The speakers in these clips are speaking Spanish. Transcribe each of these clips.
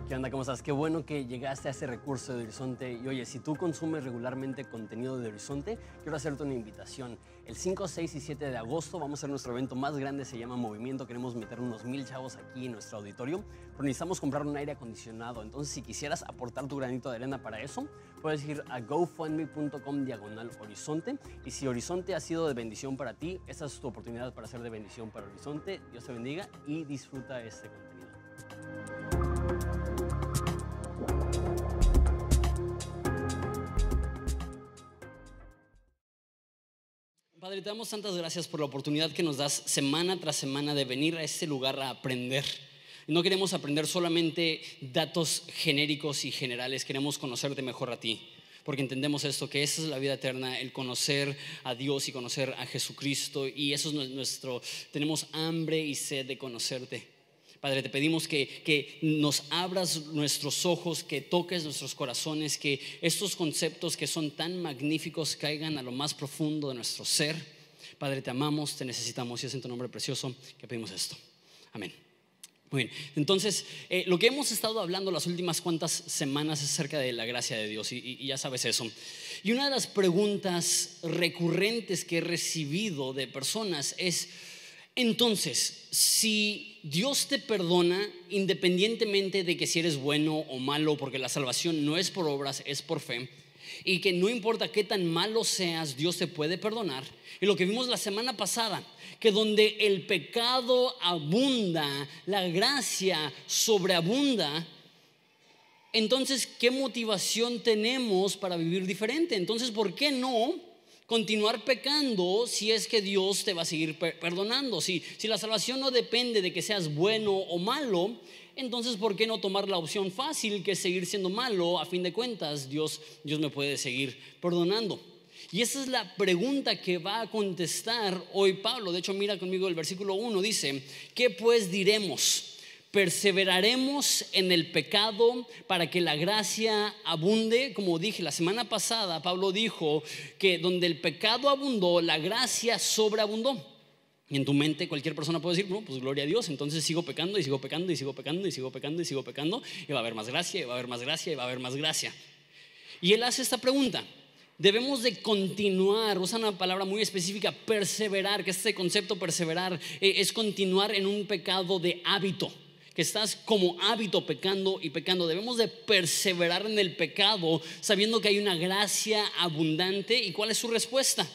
¿Qué onda? ¿Cómo estás? Qué bueno que llegaste a este recurso de Horizonte. Y oye, si tú consumes regularmente contenido de Horizonte, quiero hacerte una invitación. El 5, 6 y 7 de agosto vamos a hacer nuestro evento más grande, se llama Movimiento. Queremos meter unos 1000 chavos aquí en nuestro auditorio, pero necesitamos comprar un aire acondicionado. Entonces, si quisieras aportar tu granito de arena para eso, puedes ir a gofundme.com/Horizonte. Y si Horizonte ha sido de bendición para ti, esta es tu oportunidad para ser de bendición para Horizonte. Dios te bendiga y disfruta este contenido. Padre, te damos tantas gracias por la oportunidad que nos das semana tras semana de venir a este lugar a aprender. No queremos aprender solamente datos genéricos y generales, queremos conocerte mejor a ti, porque entendemos esto, que esa es la vida eterna, el conocer a Dios y conocer a Jesucristo, y eso es tenemos hambre y sed de conocerte. Padre, te pedimos que nos abras nuestros ojos, que toques nuestros corazones, que estos conceptos que son tan magníficos caigan a lo más profundo de nuestro ser. Padre, te amamos, te necesitamos, y es en tu nombre precioso que pedimos esto. Amén. Muy bien, entonces lo que hemos estado hablando las últimas cuantas semanas es acerca de la gracia de Dios, y ya sabes eso. Y una de las preguntas recurrentes que he recibido de personas es: entonces, si Dios te perdona independientemente de que si eres bueno o malo, porque la salvación no es por obras, es por fe, y que no importa qué tan malo seas, Dios te puede perdonar. Y lo que vimos la semana pasada, que donde el pecado abunda, la gracia sobreabunda. Entonces, ¿qué motivación tenemos para vivir diferente? Entonces, ¿por qué no continuar pecando si es que Dios te va a seguir perdonando? Si la salvación no depende de que seas bueno o malo, entonces ¿por qué no tomar la opción fácil, que es seguir siendo malo? A fin de cuentas, Dios me puede seguir perdonando. Y esa es la pregunta que va a contestar hoy Pablo. De hecho, mira conmigo el versículo 1, dice: ¿qué pues diremos? ¿Perseveraremos en el pecado para que la gracia abunde? Como dije la semana pasada, Pablo dijo que donde el pecado abundó, la gracia sobreabundó. Y en tu mente cualquier persona puede decir: no, pues gloria a Dios, entonces sigo pecando y sigo pecando y sigo pecando y sigo pecando y sigo pecando, y va a haber más gracia, y va a haber más gracia, y va a haber más gracia. Y él hace esta pregunta: debemos de continuar, usa una palabra muy específica, perseverar, que este concepto perseverar es continuar en un pecado de hábito, que estás como hábito pecando y pecando. Debemos de perseverar en el pecado sabiendo que hay una gracia abundante. ¿Y cuál es su respuesta?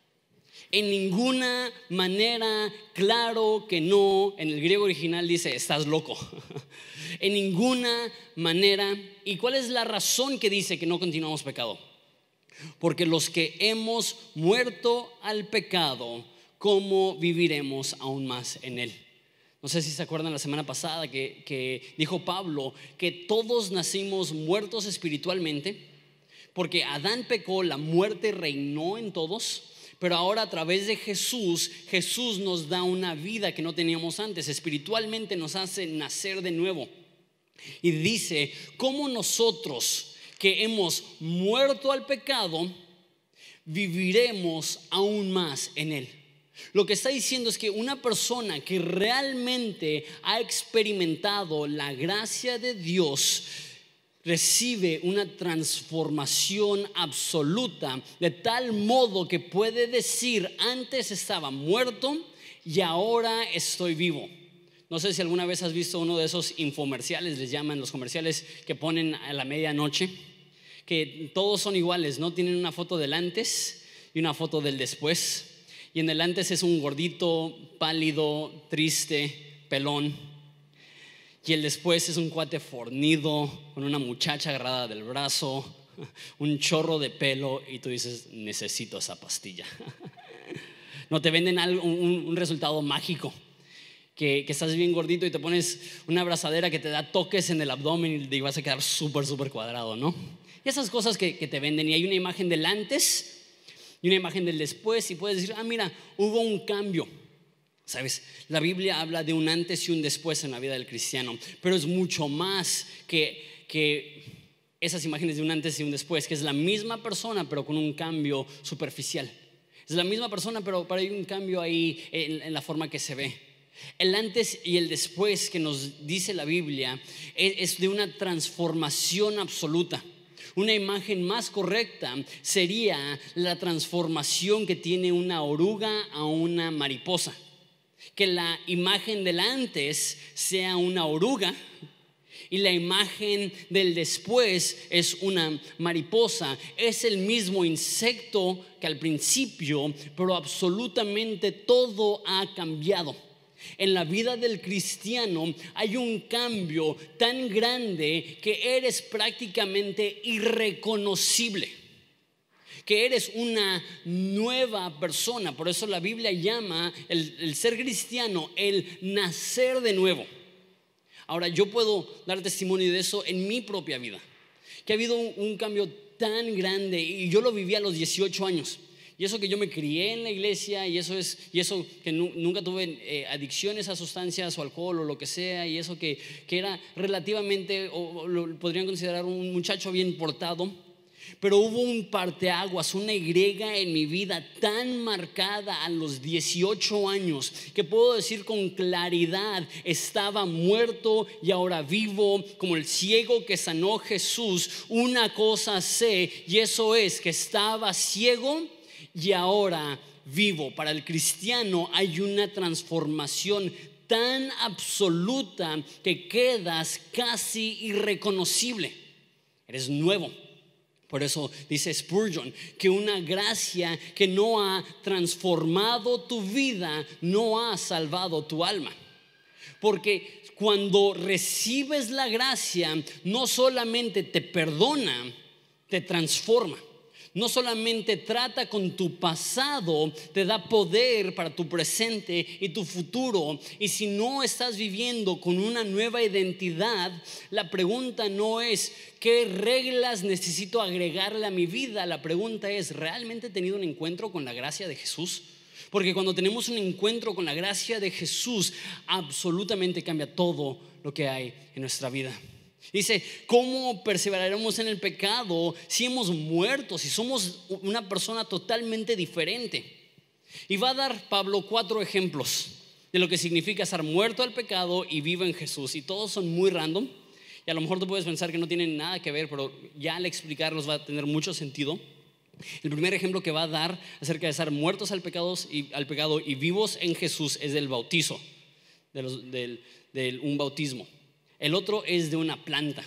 En ninguna manera, claro que no. En el griego original dice: estás loco. En ninguna manera. ¿Y cuál es la razón que dice que no continuamos pecado? Porque los que hemos muerto al pecado, ¿cómo viviremos aún más en él? No sé si se acuerdan la semana pasada que dijo Pablo que todos nacimos muertos espiritualmente, porque Adán pecó, la muerte reinó en todos. Pero ahora a través de Jesús nos da una vida que no teníamos antes. Espiritualmente nos hace nacer de nuevo. Y dice: ¿cómo nosotros que hemos muerto al pecado viviremos aún más en él? Lo que está diciendo es que una persona que realmente ha experimentado la gracia de Dios recibe una transformación absoluta, de tal modo que puede decir: antes estaba muerto y ahora estoy vivo. No sé si alguna vez has visto uno de esos infomerciales, les llaman los comerciales, que ponen a la medianoche, que todos son iguales, ¿no? Tienen una foto del antes y una foto del después. Y en el antes es un gordito, pálido, triste, pelón. Y el después es un cuate fornido, con una muchacha agarrada del brazo, un chorro de pelo, y tú dices: necesito esa pastilla. No te venden un resultado mágico, que estás bien gordito y te pones una abrazadera que te da toques en el abdomen y vas a quedar súper cuadrado, ¿no? Y esas cosas que te venden, y hay una imagen del antes y una imagen del después, y puedes decir: ah, mira, hubo un cambio. ¿Sabes? La Biblia habla de un antes y un después en la vida del cristiano, pero es mucho más que esas imágenes de un antes y un después, que es la misma persona pero con un cambio superficial. Es la misma persona pero hay un cambio ahí en la forma que se ve. El antes y el después que nos dice la Biblia es de una transformación absoluta. Una imagen más correcta sería la transformación que tiene una oruga a una mariposa. Que la imagen del antes sea una oruga y la imagen del después es una mariposa. Es el mismo insecto que al principio, pero absolutamente todo ha cambiado. En la vida del cristiano hay un cambio tan grande que eres prácticamente irreconocible, que eres una nueva persona. Por eso la Biblia llama el ser cristiano el nacer de nuevo. Ahora, yo puedo dar testimonio de eso en mi propia vida, que ha habido un cambio tan grande, y yo lo viví a los 18 años. Y eso que yo me crié en la iglesia, y eso que nunca tuve adicciones a sustancias o alcohol o lo que sea, y eso que era relativamente, o lo podrían considerar un muchacho bien portado. Pero hubo un parteaguas, una Y en mi vida tan marcada a los 18 años que puedo decir con claridad: estaba muerto y ahora vivo, como el ciego que sanó Jesús. Una cosa sé, y eso es que estaba ciego y ahora vivo. Para el cristiano hay una transformación tan absoluta que quedas casi irreconocible. Eres nuevo. Por eso dice Spurgeon que una gracia que no ha transformado tu vida no ha salvado tu alma. Porque cuando recibes la gracia, no solamente te perdona, te transforma. No solamente trata con tu pasado, te da poder para tu presente y tu futuro. Y si no estás viviendo con una nueva identidad, la pregunta no es ¿qué reglas necesito agregarle a mi vida? La pregunta es: ¿realmente he tenido un encuentro con la gracia de Jesús? Porque cuando tenemos un encuentro con la gracia de Jesús, absolutamente cambia todo lo que hay en nuestra vida. Dice: ¿cómo perseveraremos en el pecado si hemos muerto, si somos una persona totalmente diferente? Y va a dar Pablo 4 ejemplos de lo que significa estar muerto al pecado y vivo en Jesús. Y todos son muy random, y a lo mejor tú puedes pensar que no tienen nada que ver, pero ya al explicarlos va a tener mucho sentido. El primer ejemplo que va a dar acerca de estar muertos al pecado y vivos en Jesús es del bautizo, de un bautismo. El otro es de una planta.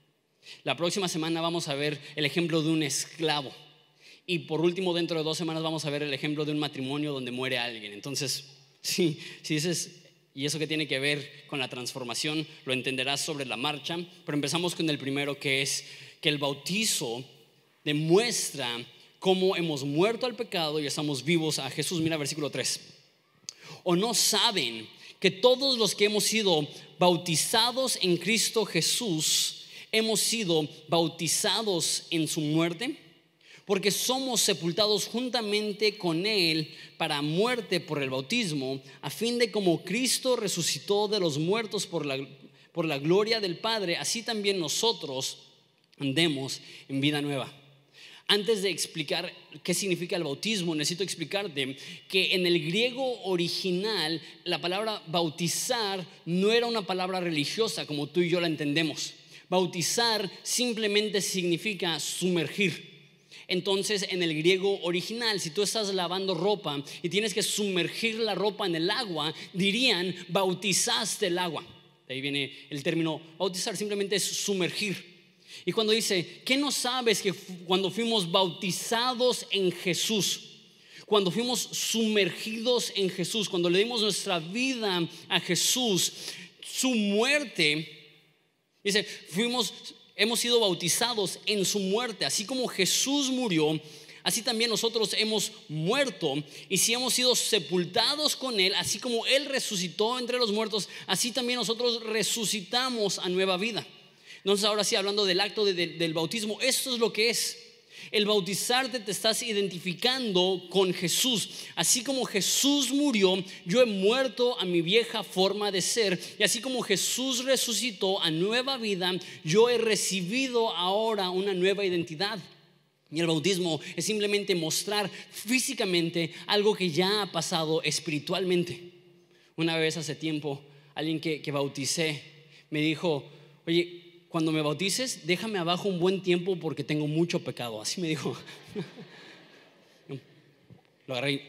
La próxima semana vamos a ver el ejemplo de un esclavo. Y por último, dentro de 2 semanas vamos a ver el ejemplo de un matrimonio donde muere alguien. Entonces, sí, y eso que tiene que ver con la transformación lo entenderás sobre la marcha. Pero empezamos con el primero, que es que el bautizo demuestra cómo hemos muerto al pecado y estamos vivos a Jesús. Mira versículo 3. ¿O no saben que todos los que hemos sido bautizados en Cristo Jesús hemos sido bautizados en su muerte? Porque somos sepultados juntamente con Él para muerte por el bautismo, a fin de como Cristo resucitó de los muertos por la gloria del Padre, así también nosotros andemos en vida nueva. Antes de explicar qué significa el bautismo, necesito explicarte que en el griego original la palabra bautizar no era una palabra religiosa como tú y yo la entendemos. Bautizar simplemente significa sumergir. Entonces, en el griego original, si tú estás lavando ropa y tienes que sumergir la ropa en el agua, dirían: bautizaste el agua. De ahí viene el término bautizar, simplemente es sumergir. Y cuando dice: ¿qué no sabes que cuando fuimos bautizados en Jesús, cuando fuimos sumergidos en Jesús, cuando le dimos nuestra vida a Jesús, su muerte, dice, hemos sido bautizados en su muerte? Así como Jesús murió, así también nosotros hemos muerto. Y si hemos sido sepultados con Él, así como Él resucitó entre los muertos, así también nosotros resucitamos a nueva vida. Entonces, ahora sí, hablando del acto del bautismo, esto es lo que es. El bautizarte, te estás identificando con Jesús. Así como Jesús murió, yo he muerto a mi vieja forma de ser. Y así como Jesús resucitó a nueva vida, yo he recibido ahora una nueva identidad. Y el bautismo es simplemente mostrar físicamente algo que ya ha pasado espiritualmente. Una vez hace tiempo, alguien que bauticé me dijo: oye, cuando me bautices, déjame abajo un buen tiempo porque tengo mucho pecado. Así me dijo. Lo agarré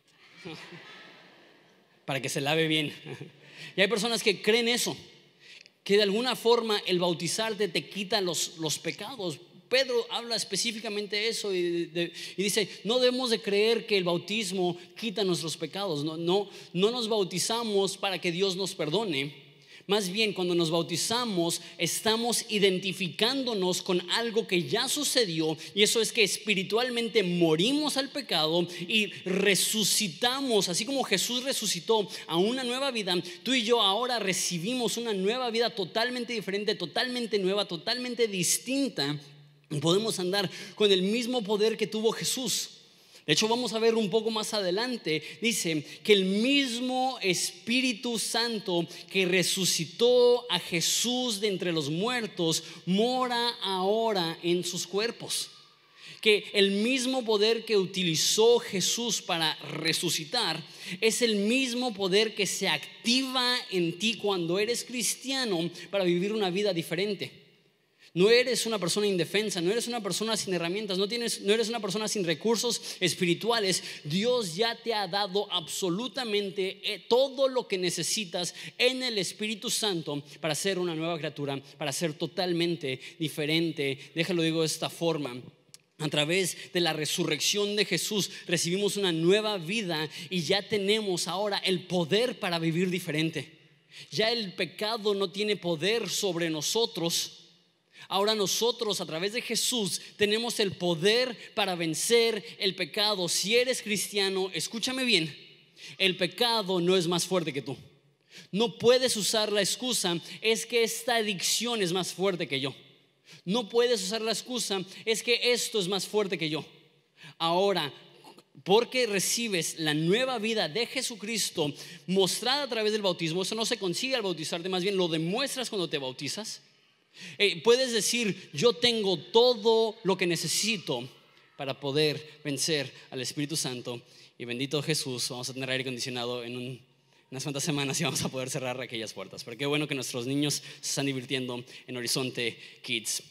para que se lave bien. Y hay personas que creen eso, que de alguna forma el bautizarte te quita los pecados. Pedro habla específicamente de eso y dice: no debemos de creer que el bautismo quita nuestros pecados. No nos bautizamos para que Dios nos perdone. Más bien, cuando nos bautizamos, estamos identificándonos con algo que ya sucedió, y eso es que espiritualmente morimos al pecado y resucitamos. Así como Jesús resucitó a una nueva vida, tú y yo ahora recibimos una nueva vida totalmente diferente, totalmente nueva, totalmente distinta. Podemos andar con el mismo poder que tuvo Jesús. De hecho, vamos a ver un poco más adelante, dice que el mismo Espíritu Santo que resucitó a Jesús de entre los muertos mora ahora en sus cuerpos. Que el mismo poder que utilizó Jesús para resucitar es el mismo poder que se activa en ti cuando eres cristiano para vivir una vida diferente. No eres una persona indefensa, no eres una persona sin herramientas, no eres una persona sin recursos espirituales. Dios ya te ha dado absolutamente todo lo que necesitas en el Espíritu Santo para ser una nueva criatura, para ser totalmente diferente. Déjalo digo de esta forma: a través de la resurrección de Jesús recibimos una nueva vida y ya tenemos ahora el poder para vivir diferente. Ya el pecado no tiene poder sobre nosotros. Ahora nosotros, a través de Jesús, tenemos el poder para vencer el pecado. Si eres cristiano, escúchame bien: el pecado no es más fuerte que tú. No puedes usar la excusa: es que esta adicción es más fuerte que yo. No puedes usar la excusa: es que esto es más fuerte que yo. Ahora, porque recibes la nueva vida de Jesucristo mostrada a través del bautismo, eso no se consigue al bautizarte, más bien lo demuestras cuando te bautizas. Puedes decir: yo tengo todo lo que necesito para poder vencer al Espíritu Santo. Y bendito Jesús, vamos a tener aire acondicionado en unas cuantas semanas y vamos a poder cerrar aquellas puertas. Pero qué bueno que nuestros niños se están divirtiendo en Horizonte Kids.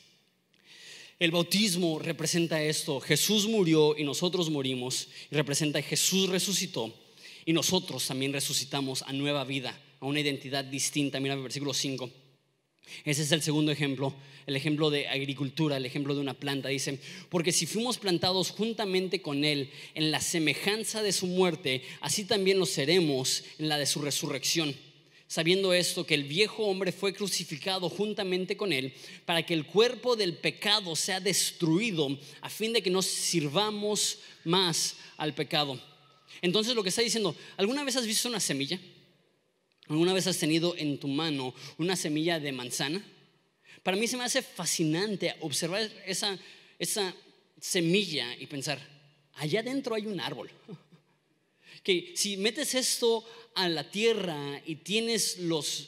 El bautismo representa esto: Jesús murió y nosotros morimos, y representa que Jesús resucitó y nosotros también resucitamos a nueva vida, a una identidad distinta. Mira el versículo 5. Ese es el segundo ejemplo, el ejemplo de agricultura, el ejemplo de una planta. Dice: porque si fuimos plantados juntamente con Él en la semejanza de su muerte, así también lo seremos en la de su resurrección. Sabiendo esto, que el viejo hombre fue crucificado juntamente con Él, para que el cuerpo del pecado sea destruido, a fin de que no sirvamos más al pecado. Entonces lo que está diciendo: ¿alguna vez has visto una semilla? ¿Alguna vez has tenido en tu mano una semilla de manzana? Para mí se me hace fascinante observar esa semilla y pensar: allá adentro hay un árbol. Que si metes esto a la tierra y tienes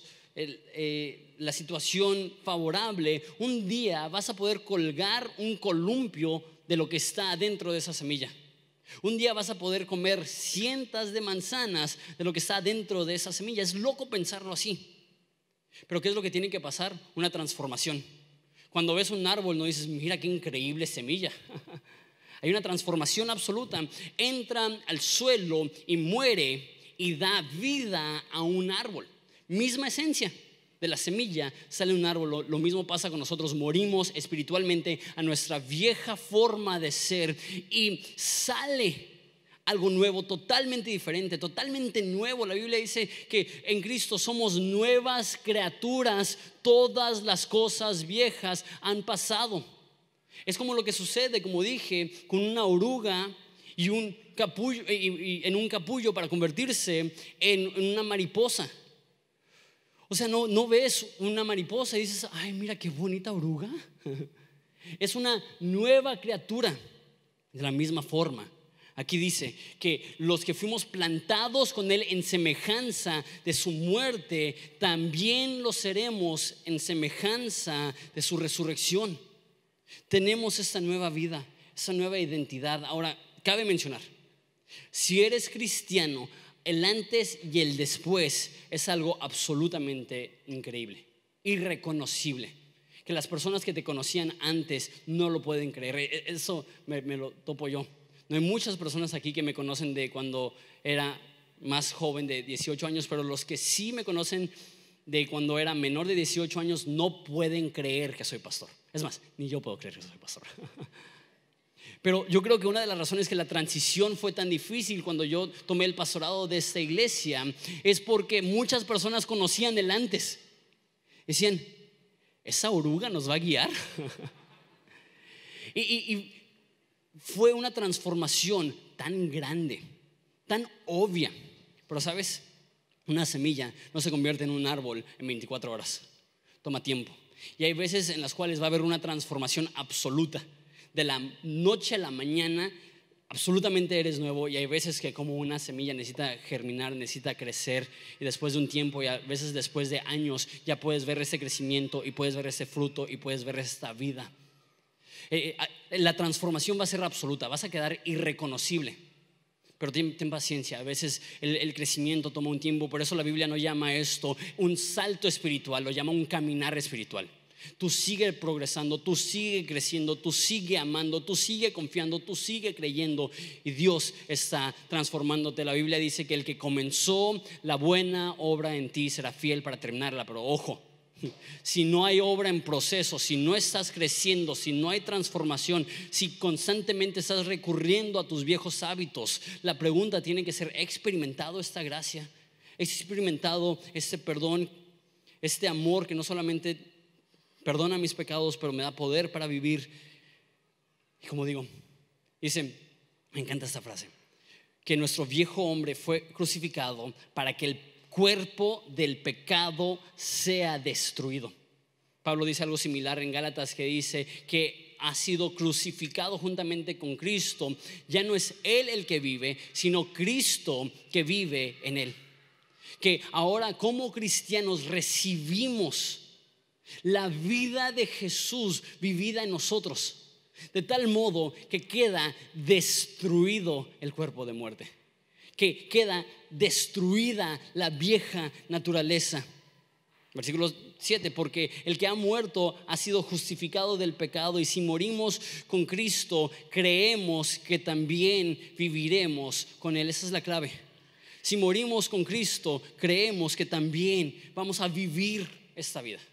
la situación favorable, un día vas a poder colgar un columpio de lo que está adentro de esa semilla. Un día vas a poder comer cientos de manzanas de lo que está dentro de esa semilla. Es loco pensarlo así. Pero ¿qué es lo que tiene que pasar? Una transformación. Cuando ves un árbol no dices: mira qué increíble semilla. Hay una transformación absoluta. Entra al suelo y muere y da vida a un árbol. Misma esencia. De la semilla sale un árbol. Lo mismo pasa con nosotros. Morimos espiritualmente a nuestra vieja forma de ser y sale algo nuevo, totalmente diferente, totalmente nuevo. La Biblia dice que en Cristo somos nuevas criaturas. Todas las cosas viejas han pasado. Es como lo que sucede, como dije, con una oruga y un capullo, y en un capullo para convertirse en una mariposa. O sea, no ves una mariposa y dices: ay, mira qué bonita oruga. Es una nueva criatura. De la misma forma, aquí dice que los que fuimos plantados con Él en semejanza de su muerte, también lo seremos en semejanza de su resurrección. Tenemos esta nueva vida, esta nueva identidad. Ahora, cabe mencionar: si eres cristiano, el antes y el después es algo absolutamente increíble, irreconocible, que las personas que te conocían antes no lo pueden creer. Eso me lo topo yo. No hay muchas personas aquí que me conocen de cuando era más joven, de 18 años, pero los que sí me conocen de cuando era menor de 18 años no pueden creer que soy pastor. Es más, ni yo puedo creer que soy pastor. Pero yo creo que una de las razones que la transición fue tan difícil cuando yo tomé el pastorado de esta iglesia es porque muchas personas conocían el antes. Decían, ¿esa oruga nos va a guiar? y fue una transformación tan grande, tan obvia. Pero ¿sabes? Una semilla no se convierte en un árbol en 24 horas. Toma tiempo. Y hay veces en las cuales va a haber una transformación absoluta. De la noche a la mañana absolutamente eres nuevo, y hay veces que como una semilla necesita germinar, necesita crecer, y después de un tiempo y a veces después de años ya puedes ver ese crecimiento y puedes ver ese fruto y puedes ver esta vida. La transformación va a ser absoluta, vas a quedar irreconocible, pero ten paciencia. A veces el crecimiento toma un tiempo. Por eso la Biblia no llama esto un salto espiritual, lo llama un caminar espiritual. Tú sigue progresando, tú sigue creciendo, tú sigue amando, tú sigue confiando, tú sigue creyendo, y Dios está transformándote. La Biblia dice que el que comenzó la buena obra en ti será fiel para terminarla. Pero ojo, si no hay obra en proceso, si no estás creciendo, si no hay transformación, si constantemente estás recurriendo a tus viejos hábitos, la pregunta tiene que ser: ¿he experimentado esta gracia? ¿He experimentado este perdón, este amor que no solamente perdona mis pecados, pero me da poder para vivir? Y como digo, dice, me encanta esta frase, que nuestro viejo hombre fue crucificado para que el cuerpo del pecado sea destruido. Pablo dice algo similar en Gálatas, que dice que ha sido crucificado juntamente con Cristo. Ya no es él el que vive, sino Cristo que vive en él. Que ahora como cristianos recibimos la vida de Jesús vivida en nosotros, de tal modo que queda destruido el cuerpo de muerte, que queda destruida la vieja naturaleza. Versículo 7, porque el que ha muerto ha sido justificado del pecado, y si morimos con Cristo, creemos que también viviremos con él. Esa es la clave. Si morimos con Cristo, creemos que también vamos a vivir esta vida.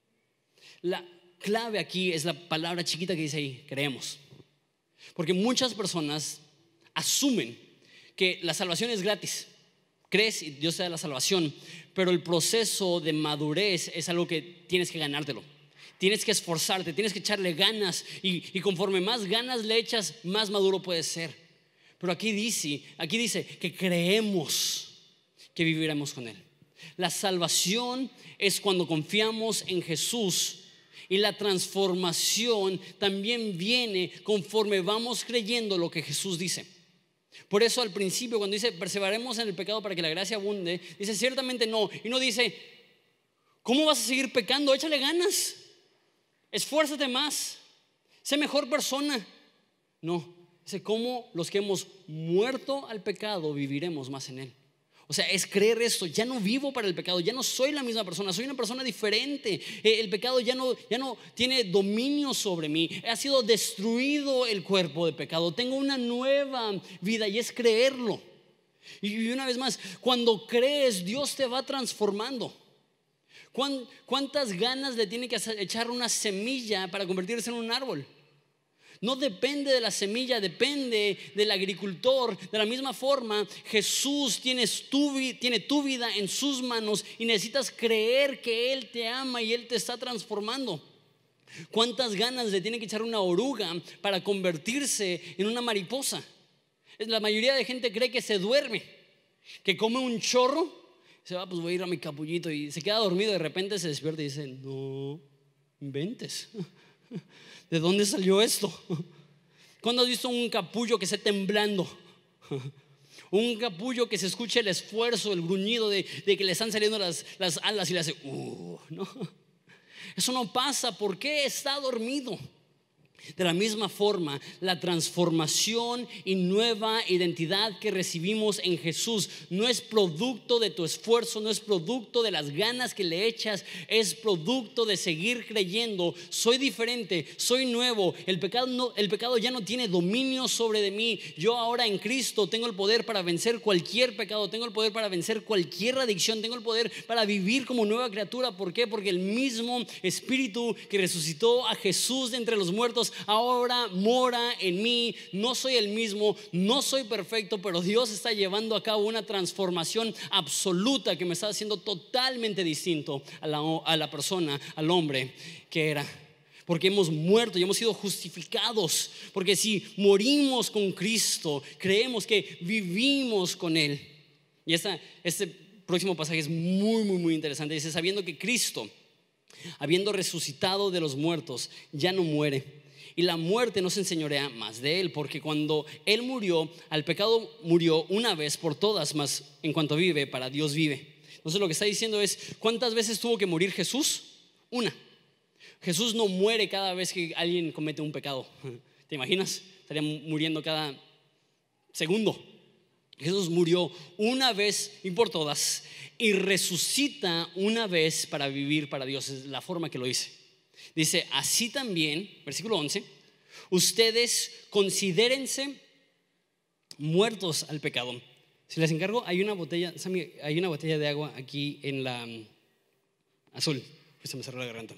La clave aquí es la palabra chiquita que dice ahí, creemos. Porque muchas personas asumen que la salvación es gratis. Crees y Dios te da la salvación, pero el proceso de madurez es algo que tienes que ganártelo. Tienes que esforzarte, tienes que echarle ganas, y conforme más ganas le echas, más maduro puedes ser. Pero aquí dice que creemos que viviremos con él. La salvación es cuando confiamos en Jesús. Y la transformación también viene conforme vamos creyendo lo que Jesús dice. Por eso al principio, cuando dice perseveraremos en el pecado para que la gracia abunde, dice ciertamente no. Y no dice, ¿cómo vas a seguir pecando? Échale ganas, esfuérzate más, sé mejor persona. No, dice, ¿cómo los que hemos muerto al pecado viviremos más en él? O sea, es creer esto: ya no vivo para el pecado, ya no soy la misma persona, soy una persona diferente. El pecado ya no tiene dominio sobre mí. Ha sido destruido el cuerpo de pecado. Tengo una nueva vida, y es creerlo. Y una vez más, cuando crees, Dios te va transformando. ¿Cuántas ganas le tiene que echar una semilla para convertirse en un árbol? No depende de la semilla, depende del agricultor. De la misma forma, Jesús tiene tu vida en sus manos, y necesitas creer que Él te ama y Él te está transformando. ¿Cuántas ganas le tiene que echar una oruga para convertirse en una mariposa? La mayoría de gente cree que se duerme, que come un chorro, se va, pues voy a ir a mi capullito, y se queda dormido. De repente se despierta y dice, no inventes, ¿de dónde salió esto? ¿Cuándo has visto un capullo que esté temblando? Un capullo que se escuche el esfuerzo, el gruñido de que le están saliendo las alas, y le hace no. Eso no pasa. ¿Por qué? Está dormido. De la misma forma, la transformación y nueva identidad que recibimos en Jesús no es producto de tu esfuerzo, no es producto de las ganas que le echas, es producto de seguir creyendo. Soy diferente, soy nuevo, el pecado ya no tiene dominio sobre de mí. Yo ahora en Cristo tengo el poder para vencer cualquier pecado, tengo el poder para vencer cualquier adicción, tengo el poder para vivir como nueva criatura. ¿Por qué? Porque el mismo Espíritu que resucitó a Jesús de entre los muertos ahora mora en mí. No soy el mismo, no soy perfecto, pero Dios está llevando a cabo una transformación absoluta que me está haciendo totalmente distinto a la persona, al hombre que era. Porque hemos muerto y hemos sido justificados. Porque si morimos con Cristo, creemos que vivimos con Él. Y este próximo pasaje es muy interesante. Dice: sabiendo que Cristo, habiendo resucitado de los muertos, ya no muere, y la muerte no se enseñorea más de Él, porque cuando Él murió, al pecado murió una vez por todas, mas en cuanto vive, para Dios vive. Entonces lo que está diciendo es: ¿cuántas veces tuvo que morir Jesús? Una. Jesús no muere cada vez que alguien comete un pecado. ¿Te imaginas? Estaría muriendo cada segundo. Jesús murió una vez y por todas, y resucita una vez para vivir para Dios. Es la forma que lo hice. Dice: así también, versículo 11, ustedes considérense muertos al pecado. Si les encargo, hay una botella, Sammy, hay una botella de agua aquí en la azul. Pues se me cerró la garganta.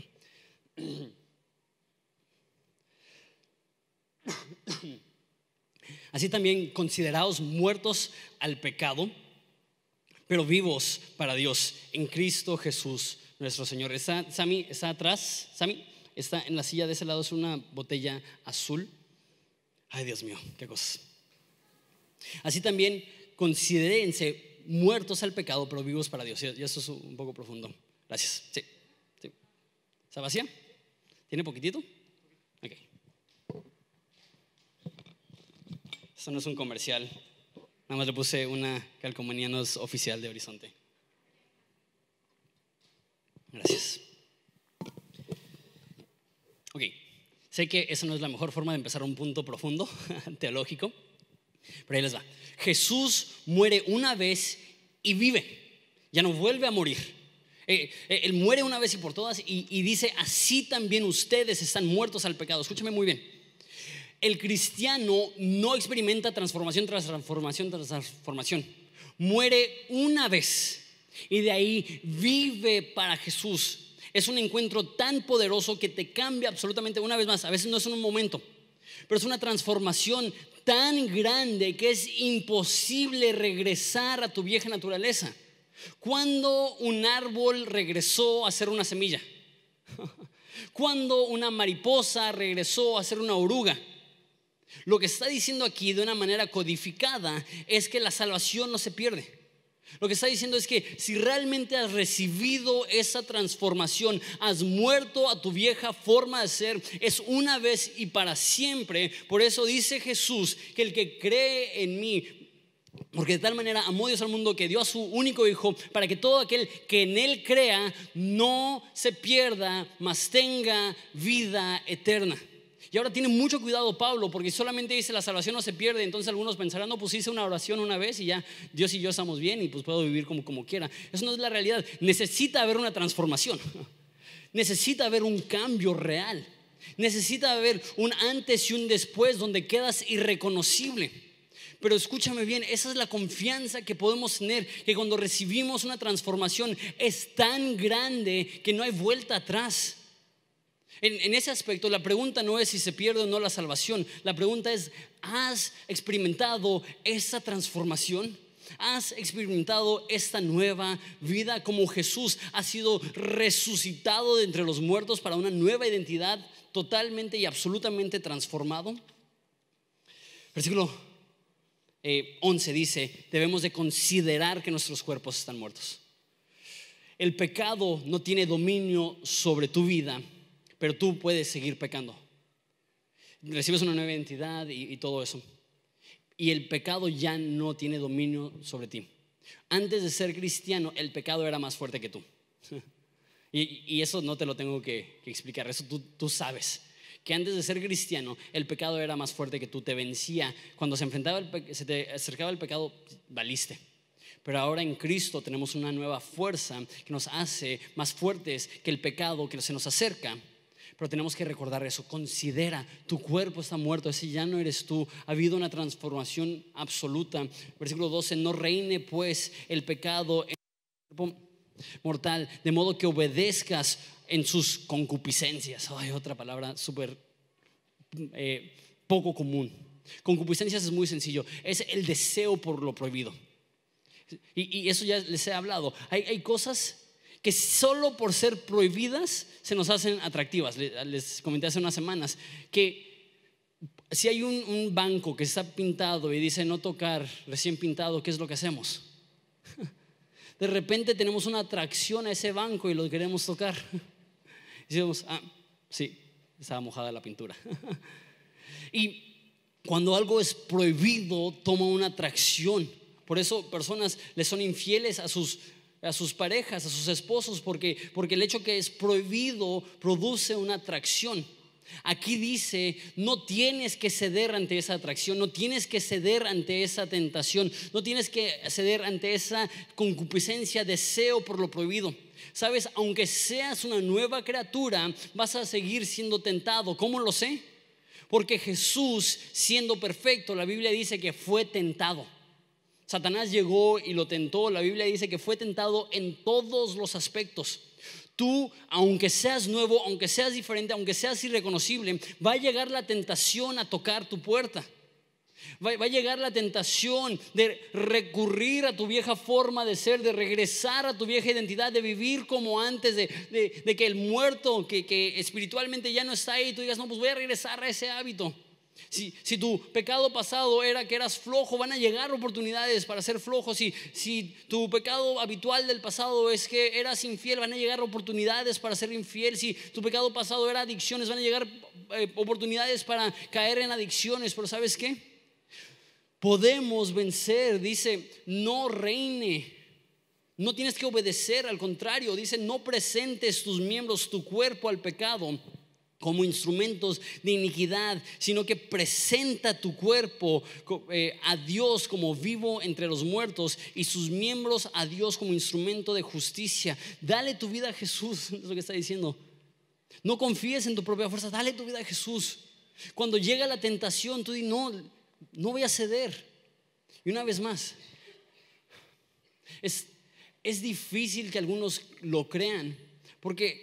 Así también considerados muertos al pecado, pero vivos para Dios en Cristo Jesús nuestro Señor. Sammy está atrás. Sammy está en la silla de ese lado. Es una botella azul. Ay, Dios mío, qué cosas. Así también considérense muertos al pecado, pero vivos para Dios. Y eso es un poco profundo. Gracias. Sí. ¿Está vacía? ¿Tiene poquitito? Ok. Esto no es un comercial. Nada más le puse una calcomanía, no es oficial de Horizonte. Gracias. Ok, sé que esa no es la mejor forma de empezar un punto profundo teológico, pero ahí les va. Jesús muere una vez y vive, ya no vuelve a morir. Él muere una vez y por todas, y dice: así también ustedes están muertos al pecado. Escúchame muy bien. El cristiano no experimenta transformación tras transformación tras transformación. Muere una vez y de ahí vive para Jesús. Es un encuentro tan poderoso que te cambia absolutamente una vez más. A veces no es en un momento, pero es una transformación tan grande que es imposible regresar a tu vieja naturaleza. ¿Cuándo un árbol regresó a ser una semilla? ¿Cuándo una mariposa regresó a ser una oruga? Lo que está diciendo aquí de una manera codificada es que la salvación no se pierde. Lo que está diciendo es que si realmente has recibido esa transformación, has muerto a tu vieja forma de ser, es una vez y para siempre. Por eso dice Jesús que el que cree en mí, porque de tal manera amó Dios al mundo que dio a su único hijo, para que todo aquel que en él crea no se pierda, mas tenga vida eterna. Y ahora tiene mucho cuidado Pablo, porque solamente dice la salvación no se pierde. Entonces algunos pensarán: no, pues hice una oración una vez y ya Dios y yo estamos bien y pues puedo vivir como quiera. Eso no es la realidad. Necesita haber una transformación. Necesita haber un cambio real. Necesita haber un antes y un después donde quedas irreconocible. Pero escúchame bien, esa es la confianza que podemos tener, que cuando recibimos una transformación es tan grande que no hay vuelta atrás. En ese aspecto, la pregunta no es si se pierde o no la salvación. La pregunta es: ¿has experimentado esa transformación? ¿Has experimentado esta nueva vida? Como Jesús ha sido resucitado de entre los muertos para una nueva identidad totalmente y absolutamente transformado. Versículo 11 dice: debemos de considerar que nuestros cuerpos están muertos. El pecado no tiene dominio sobre tu vida, pero tú puedes seguir pecando. Recibes una nueva identidad y todo eso, y el pecado ya no tiene dominio sobre ti. Antes de ser cristiano, el pecado era más fuerte que tú. Y eso no te lo tengo que explicar. Eso tú sabes que antes de ser cristiano el pecado era más fuerte que tú, te vencía. Cuando se te acercaba el pecado, valiste. Pero ahora en Cristo tenemos una nueva fuerza que nos hace más fuertes que el pecado que se nos acerca. Pero tenemos que recordar eso. Considera, tu cuerpo está muerto, ese ya no eres tú. Ha habido una transformación absoluta. Versículo 12: no reine pues el pecado en el cuerpo mortal, de modo que obedezcas en sus concupiscencias. Ay, otra palabra súper poco común. Concupiscencias es muy sencillo, es el deseo por lo prohibido. Y eso ya les he hablado. Hay cosas que solo por ser prohibidas se nos hacen atractivas. Les comenté hace unas semanas que si hay un banco que está pintado y dice no tocar, recién pintado, ¿qué es lo que hacemos? De repente tenemos una atracción a ese banco y lo queremos tocar. Y decimos, sí, estaba mojada la pintura. Y cuando algo es prohibido, toma una atracción. Por eso personas le son infieles a sus parejas, a sus esposos, porque el hecho que es prohibido produce una atracción. Aquí dice, no tienes que ceder ante esa atracción, no tienes que ceder ante esa tentación, no tienes que ceder ante esa concupiscencia, deseo por lo prohibido. Sabes, aunque seas una nueva criatura, vas a seguir siendo tentado. ¿Cómo lo sé? Porque Jesús, siendo perfecto, la Biblia dice que fue tentado. Satanás llegó y lo tentó. La Biblia dice que fue tentado en todos los aspectos. Tú, aunque seas nuevo, aunque seas diferente, aunque seas irreconocible, va a llegar la tentación a tocar tu puerta. Va a llegar la tentación de recurrir a tu vieja forma de ser, de regresar a tu vieja identidad, de vivir como antes, de que el muerto que espiritualmente ya no está ahí, tú digas, no, pues voy a regresar a ese hábito. Si tu pecado pasado era que eras flojo, van a llegar oportunidades para ser flojo. Si tu pecado habitual del pasado es que eras infiel, van a llegar oportunidades para ser infiel. Si tu pecado pasado era adicciones, van a llegar oportunidades para caer en adicciones. Pero ¿sabes qué? Podemos vencer. Dice, no reine. No tienes que obedecer, al contrario, dice, no presentes tus miembros, tu cuerpo al pecado como instrumentos de iniquidad, sino que presenta tu cuerpo a Dios como vivo entre los muertos y sus miembros a Dios como instrumento de justicia. Dale tu vida a Jesús, es lo que está diciendo. No confíes en tu propia fuerza, dale tu vida a Jesús. Cuando llega la tentación, tú dices, no voy a ceder. Y una vez más, es difícil que algunos lo crean porque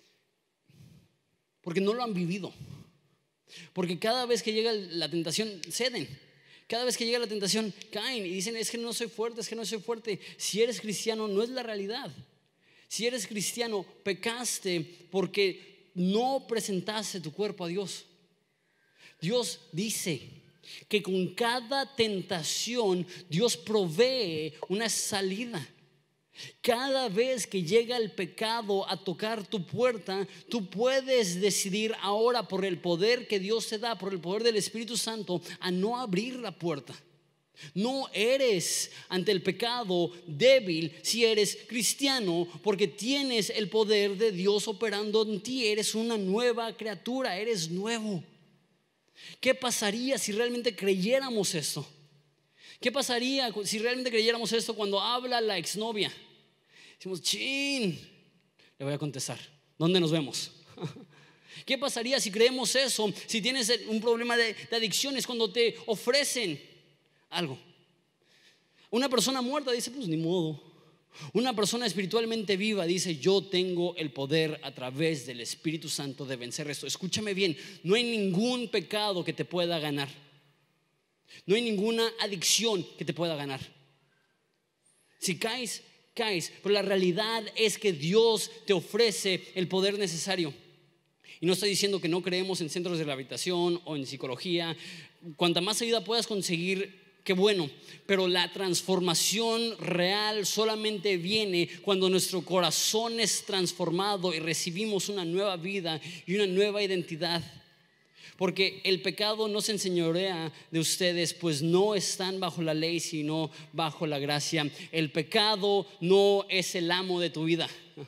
no lo han vivido. Porque cada vez que llega la tentación, ceden. Cada vez que llega la tentación, caen y dicen, es que no soy fuerte, es que no soy fuerte. Si eres cristiano, no es la realidad. Si eres cristiano, pecaste porque no presentaste tu cuerpo a Dios. Dios dice que con cada tentación Dios provee una salida. Cada vez que llega el pecado a tocar tu puerta, tú puedes decidir ahora, por el poder que Dios te da, por el poder del Espíritu Santo, a no abrir la puerta. No eres ante el pecado débil si eres cristiano, porque tienes el poder de Dios operando en ti. Eres una nueva criatura, eres nuevo. ¿Qué pasaría si realmente creyéramos esto? ¿Qué pasaría si realmente creyéramos esto cuando habla la exnovia? Decimos, chin, le voy a contestar, ¿dónde nos vemos? ¿Qué pasaría si creemos eso? Si tienes un problema de adicciones, cuando te ofrecen algo. Una persona muerta dice, pues ni modo. Una persona espiritualmente viva dice, yo tengo el poder a través del Espíritu Santo de vencer esto. Escúchame bien, no hay ningún pecado que te pueda ganar. No hay ninguna adicción que te pueda ganar. Si caes, caes. Pero la realidad es que Dios te ofrece el poder necesario. Y no estoy diciendo que no creemos en centros de rehabilitación o en psicología. Cuanta más ayuda puedas conseguir, qué bueno. Pero la transformación real solamente viene cuando nuestro corazón es transformado y recibimos una nueva vida y una nueva identidad. Porque el pecado no se enseñorea de ustedes, pues no están bajo la ley, sino bajo la gracia. El pecado no es el amo de tu vida.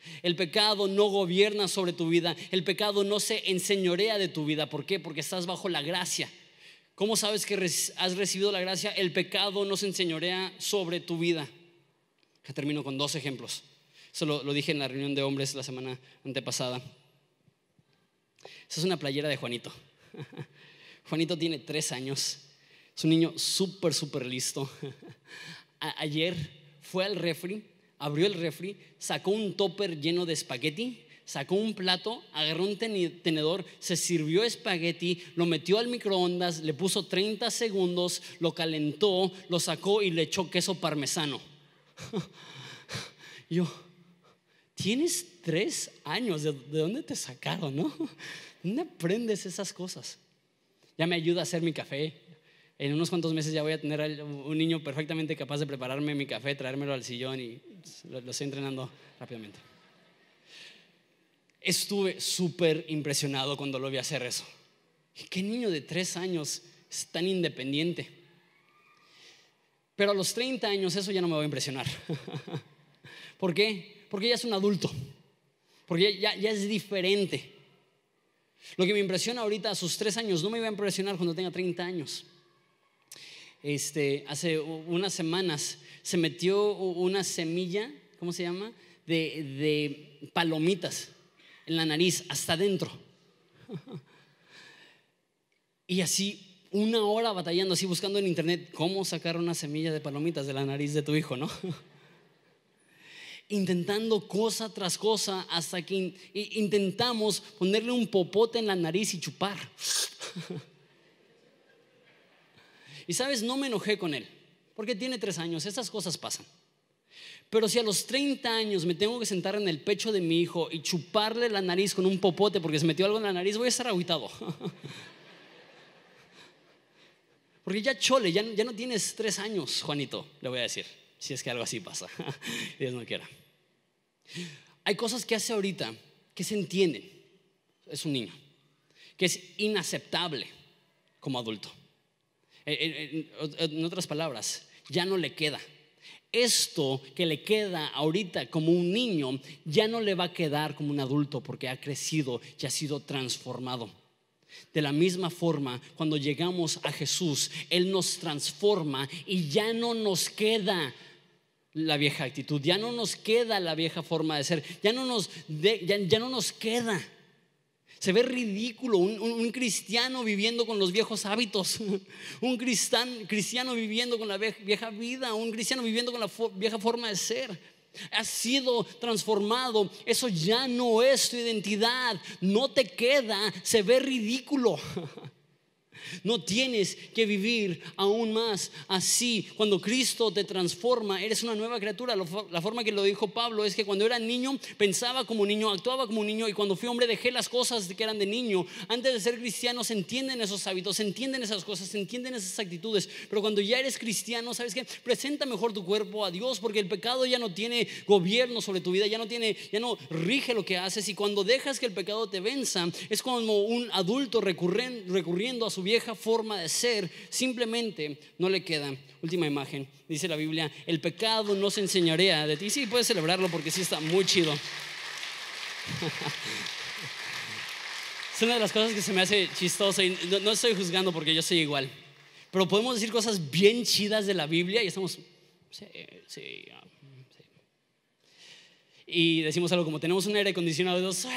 El pecado no gobierna sobre tu vida. El pecado no se enseñorea de tu vida. ¿Por qué? Porque estás bajo la gracia. ¿Cómo sabes que has recibido la gracia? El pecado no se enseñorea sobre tu vida. Ya termino con 2 ejemplos. Eso lo dije en la reunión de hombres la semana antepasada. Esa es una playera de Juanito. Juanito tiene 3 años. Es un niño súper listo. Ayer fue al refri, abrió el refri, sacó un topper lleno de espagueti, sacó un plato, agarró un tenedor, se sirvió espagueti, lo metió al microondas, le puso 30 segundos, lo calentó, lo sacó y le echó queso parmesano. Yo, tienes 3 años, ¿de dónde te sacaron, no? ¿Dónde aprendes esas cosas? Ya me ayuda a hacer mi café. En unos cuantos meses ya voy a tener un niño perfectamente capaz de prepararme mi café, traérmelo al sillón y lo estoy entrenando rápidamente. Estuve súper impresionado cuando lo vi hacer eso. ¿Qué niño de 3 años es tan independiente? Pero a los 30 años eso ya no me va a impresionar. ¿Por qué? Porque ya es un adulto. Porque ya es diferente. Lo que me impresiona ahorita a sus 3 años no me iba a impresionar cuando tenga 30 años. Hace unas semanas se metió una semilla, ¿cómo se llama? De palomitas en la nariz, hasta adentro. Y así 1 hora batallando, así buscando en internet cómo sacar una semilla de palomitas de la nariz de tu hijo, ¿no? Intentando cosa tras cosa hasta que intentamos ponerle un popote en la nariz y chupar. Y sabes, no me enojé con él, porque tiene 3 años, esas cosas pasan. Pero si a los 30 años me tengo que sentar en el pecho de mi hijo y chuparle la nariz con un popote porque se metió algo en la nariz, voy a estar agüitado. Porque ya chole, ya no tienes 3 años, Juanito, le voy a decir, si es que algo así pasa. Dios no quiera. Hay cosas que hace ahorita que se entienden, es un niño, que es inaceptable como adulto. En otras palabras, ya no le queda. Esto que le queda ahorita como un niño ya no le va a quedar como un adulto porque ha crecido y ha sido transformado. De la misma forma, cuando llegamos a Jesús, Él nos transforma y ya no nos queda la vieja actitud, ya no nos queda la vieja forma de ser, ya no nos queda. Se ve ridículo un cristiano viviendo con los viejos hábitos, un cristiano viviendo con la vieja vida, un cristiano viviendo con la vieja forma de ser. Has sido transformado, eso ya no es tu identidad, no te queda, se ve ridículo. No tienes que vivir aún más así. Cuando Cristo te transforma, eres una nueva criatura. La forma que lo dijo Pablo es que cuando era niño pensaba como niño, actuaba como niño, y cuando fui hombre dejé las cosas que eran de niño. Antes de ser cristiano se entienden esos hábitos, se entienden esas cosas, se entienden esas actitudes. Pero cuando ya eres cristiano, ¿sabes qué? Presenta mejor tu cuerpo a Dios, porque el pecado ya no tiene gobierno sobre tu vida, ya no rige lo que haces. Y cuando dejas que el pecado te venza, es como un adulto recurriendo a su vieja forma de ser, simplemente no le queda. Última imagen, dice la Biblia, el pecado no se enseñorea de ti. Sí, puedes celebrarlo porque sí está muy chido. Es una de las cosas que se me hace chistoso y no estoy juzgando porque yo soy igual. Pero podemos decir cosas bien chidas de la Biblia y estamos, sí. Y decimos algo como, tenemos un aire acondicionado de 2.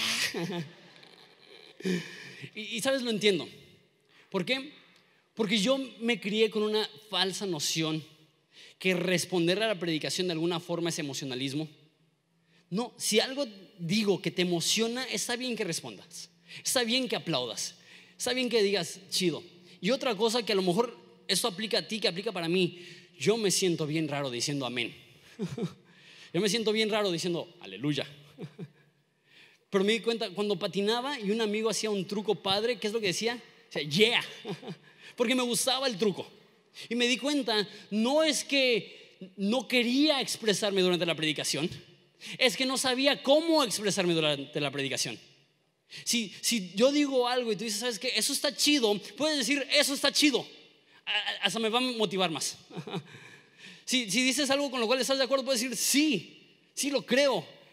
Y sabes, lo entiendo. ¿Por qué? Porque yo me crié con una falsa noción que responder a la predicación de alguna forma es emocionalismo. No, si algo digo que te emociona, está bien que respondas, está bien que aplaudas, está bien que digas chido. Y otra cosa que a lo mejor esto aplica a ti, que aplica para mí, yo me siento bien raro diciendo amén. Yo me siento bien raro diciendo aleluya. Pero me di cuenta cuando patinaba y un amigo hacía un truco padre, ¿qué es lo que decía? O sea, yeah, porque me gustaba el truco. Y me di cuenta, no es que no quería expresarme durante la predicación, es que no sabía cómo expresarme durante la predicación. Si yo digo algo y tú dices, ¿sabes qué? Eso está chido, puedes decir, eso está chido. Hasta me va a motivar más. Si dices algo con lo cual estás de acuerdo, puedes decir, sí lo creo.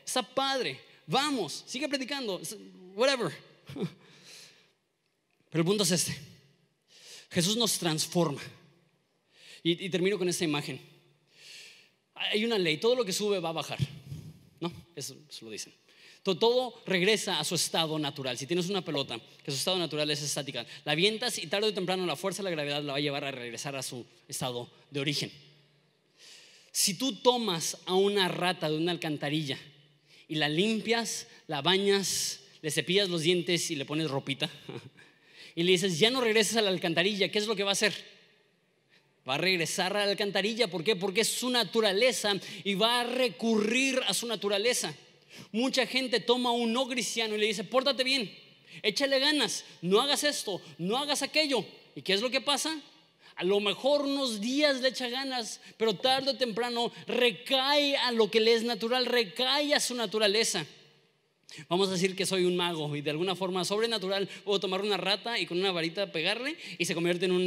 está padre, vamos, sigue predicando, whatever. Pero el punto es este: Jesús nos transforma. Y termino con esta imagen. Hay una ley, todo lo que sube va a bajar, ¿no? Eso lo dicen. Todo regresa a su estado natural. Si tienes una pelota, que su estado natural es estática, la avientas y tarde o temprano la fuerza de la gravedad la va a llevar a regresar a su estado de origen. Si tú tomas a una rata de una alcantarilla y la limpias, la bañas, le cepillas los dientes y le pones ropita y le dices, ya no regreses a la alcantarilla, ¿qué es lo que va a hacer? Va a regresar a la alcantarilla. ¿Por qué? Porque es su naturaleza y va a recurrir a su naturaleza. Mucha gente toma a un no cristiano y le dice, pórtate bien, échale ganas, no hagas esto, no hagas aquello. ¿Y qué es lo que pasa? A lo mejor unos días le echa ganas, pero tarde o temprano recae a lo que le es natural, recae a su naturaleza. Vamos a decir que soy un mago y de alguna forma sobrenatural puedo tomar una rata y con una varita pegarle y se convierte en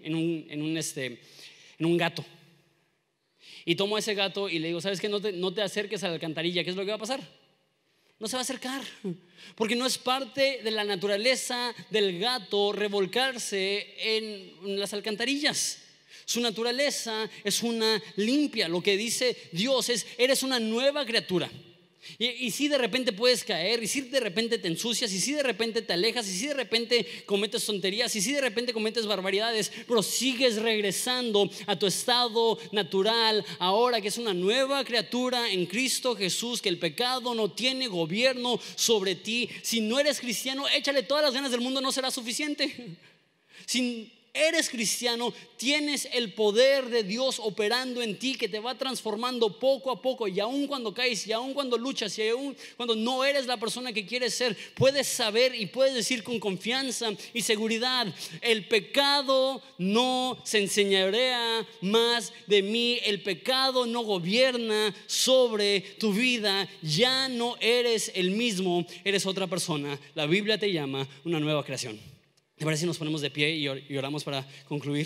un gato. Y tomo a ese gato y le digo, ¿sabes qué? No te acerques a la alcantarilla. ¿Qué es lo que va a pasar? No se va a acercar, porque no es parte de la naturaleza del gato revolcarse en las alcantarillas. Su naturaleza es una limpia. Lo que dice Dios es, eres una nueva criatura. Y si de repente puedes caer, y si de repente te ensucias, y si de repente te alejas, y si de repente cometes tonterías, y si de repente cometes barbaridades, pero sigues regresando a tu estado natural ahora que es una nueva criatura en Cristo Jesús, que el pecado no tiene gobierno sobre ti. Si no eres cristiano, échale todas las ganas del mundo, no será suficiente. Si eres cristiano, tienes el poder de Dios operando en ti, que te va transformando poco a poco. Y aun cuando caes, y aun cuando luchas, y aun cuando no eres la persona que quieres ser, puedes saber y puedes decir con confianza y seguridad, el pecado no se enseñorea más de mí, el pecado no gobierna sobre tu vida. Ya no eres el mismo, eres otra persona. La Biblia te llama una nueva creación. ¿Te parece si nos ponemos de pie y oramos para concluir?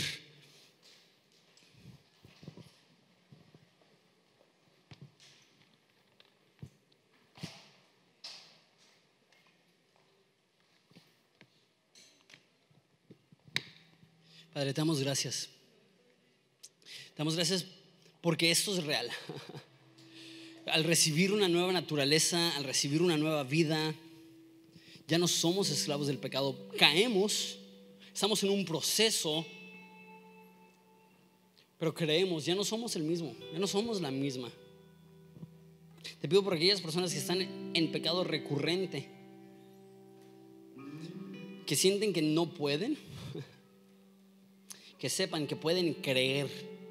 Padre, te damos gracias. Te damos gracias porque esto es real. Al recibir una nueva naturaleza, al recibir una nueva vida, ya no somos esclavos del pecado. Caemos, estamos en un proceso, pero creemos, ya no somos el mismo, ya no somos la misma. Te pido por aquellas personas que están en pecado recurrente, que sienten que no pueden, que sepan que pueden creer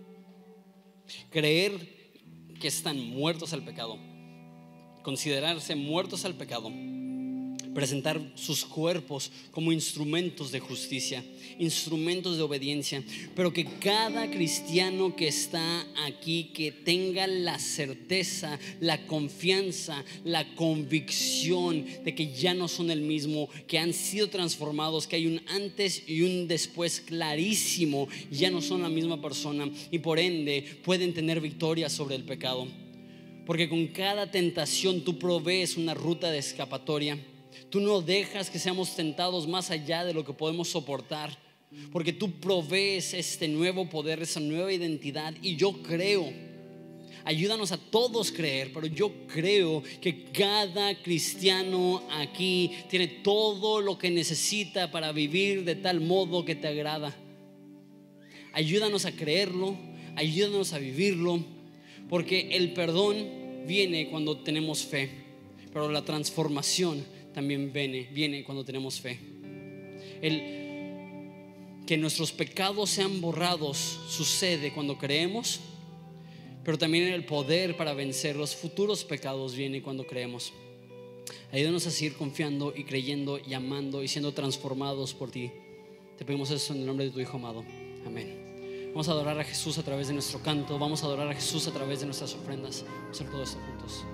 que están muertos al pecado, considerarse muertos al pecado, presentar sus cuerpos como instrumentos de justicia, instrumentos de obediencia, pero que cada cristiano que está aquí, que tenga la certeza, la confianza, la convicción de que ya no son el mismo, que han sido transformados, que hay un antes y un después clarísimo, ya no son la misma persona y por ende pueden tener victoria sobre el pecado, porque con cada tentación tú provees una ruta de escapatoria. Tú no dejas que seamos tentados más allá de lo que podemos soportar, porque tú provees este nuevo poder, esa nueva identidad. Y yo creo, ayúdanos a todos creer, pero yo creo que cada cristiano aquí tiene todo lo que necesita para vivir de tal modo que te agrada. Ayúdanos a creerlo, ayúdanos a vivirlo, porque el perdón viene cuando tenemos fe, pero la transformación también viene cuando tenemos fe. Que nuestros pecados sean borrados sucede cuando creemos, pero también el poder para vencer los futuros pecados viene cuando creemos. Ayúdanos a seguir confiando y creyendo y amando y siendo transformados por ti. Te pedimos eso en el nombre de tu Hijo amado. Amén. Vamos a adorar a Jesús a través de nuestro canto. Vamos a adorar a Jesús a través de nuestras ofrendas. Vamos a hacer todo esto juntos.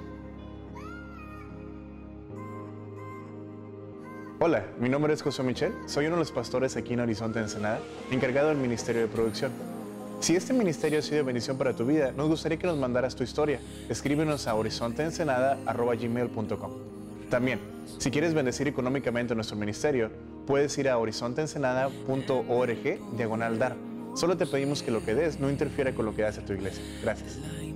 Hola, mi nombre es José Michel, soy uno de los pastores aquí en Horizonte Ensenada, encargado del Ministerio de Producción. Si este ministerio ha sido de bendición para tu vida, nos gustaría que nos mandaras tu historia. Escríbenos a horizonteensenada@gmail.com. También, si quieres bendecir económicamente nuestro ministerio, puedes ir a horizonteensenada.org/dar. Solo te pedimos que lo que des no interfiera con lo que hace tu iglesia. Gracias.